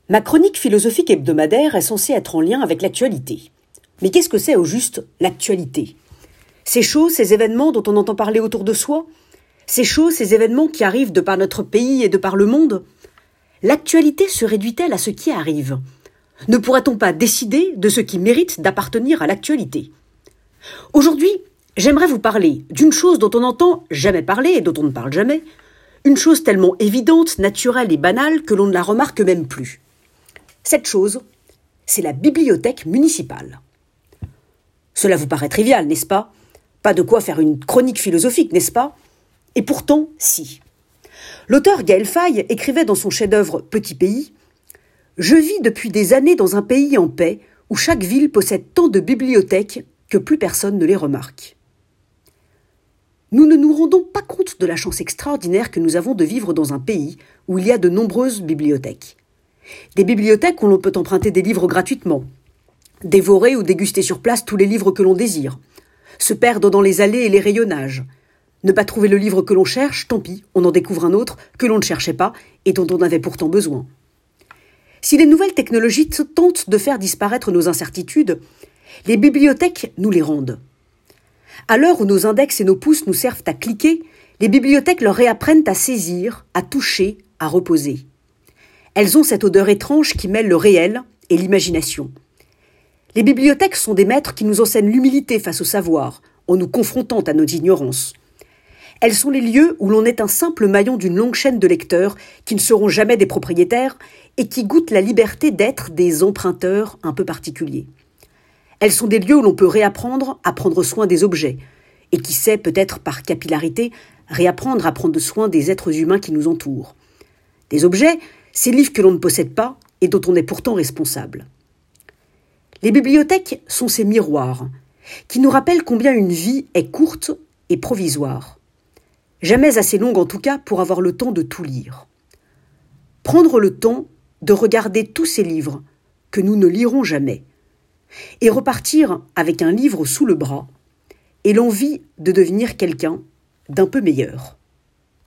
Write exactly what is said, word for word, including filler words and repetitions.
Ma chronique philosophique hebdomadaire est censée être en lien avec l'actualité. Mais qu'est-ce que c'est au juste l'actualité ? Ces choses, ces événements dont on entend parler autour de soi ? Ces choses, ces événements qui arrivent de par notre pays et de par le monde ? L'actualité se réduit-elle à ce qui arrive ? Ne pourrait-on pas décider de ce qui mérite d'appartenir à l'actualité ? Aujourd'hui, j'aimerais vous parler d'une chose dont on n'entend jamais parler et dont on ne parle jamais, une chose tellement évidente, naturelle et banale que l'on ne la remarque même plus. Cette chose, c'est la bibliothèque municipale. Cela vous paraît trivial, n'est-ce pas ? Pas de quoi faire une chronique philosophique, n'est-ce pas ? Et pourtant, si. L'auteur Gaël Faye écrivait dans son chef-d'œuvre « Petit pays »: « Je vis depuis des années dans un pays en paix où chaque ville possède tant de bibliothèques que plus personne ne les remarque. » Nous ne nous rendons pas compte de la chance extraordinaire que nous avons de vivre dans un pays où il y a de nombreuses bibliothèques. Des bibliothèques où l'on peut emprunter des livres gratuitement, dévorer ou déguster sur place tous les livres que l'on désire, se perdre dans les allées et les rayonnages, ne pas trouver le livre que l'on cherche, tant pis, on en découvre un autre que l'on ne cherchait pas et dont on avait pourtant besoin. Si les nouvelles technologies tentent de faire disparaître nos incertitudes, les bibliothèques nous les rendent. À l'heure où nos index et nos pouces nous servent à cliquer, les bibliothèques leur réapprennent à saisir, à toucher, à reposer. Elles ont cette odeur étrange qui mêle le réel et l'imagination. Les bibliothèques sont des maîtres qui nous enseignent l'humilité face au savoir, en nous confrontant à notre ignorance. Elles sont les lieux où l'on est un simple maillon d'une longue chaîne de lecteurs qui ne seront jamais des propriétaires et qui goûtent la liberté d'être des emprunteurs un peu particuliers. Elles sont des lieux où l'on peut réapprendre à prendre soin des objets, et qui sait, peut-être par capillarité, réapprendre à prendre soin des êtres humains qui nous entourent. Des objets, ces livres que l'on ne possède pas et dont on est pourtant responsable. Les bibliothèques sont ces miroirs qui nous rappellent combien une vie est courte et provisoire. Jamais assez longue en tout cas pour avoir le temps de tout lire. Prendre le temps de regarder tous ces livres que nous ne lirons jamais et repartir avec un livre sous le bras et l'envie de devenir quelqu'un d'un peu meilleur.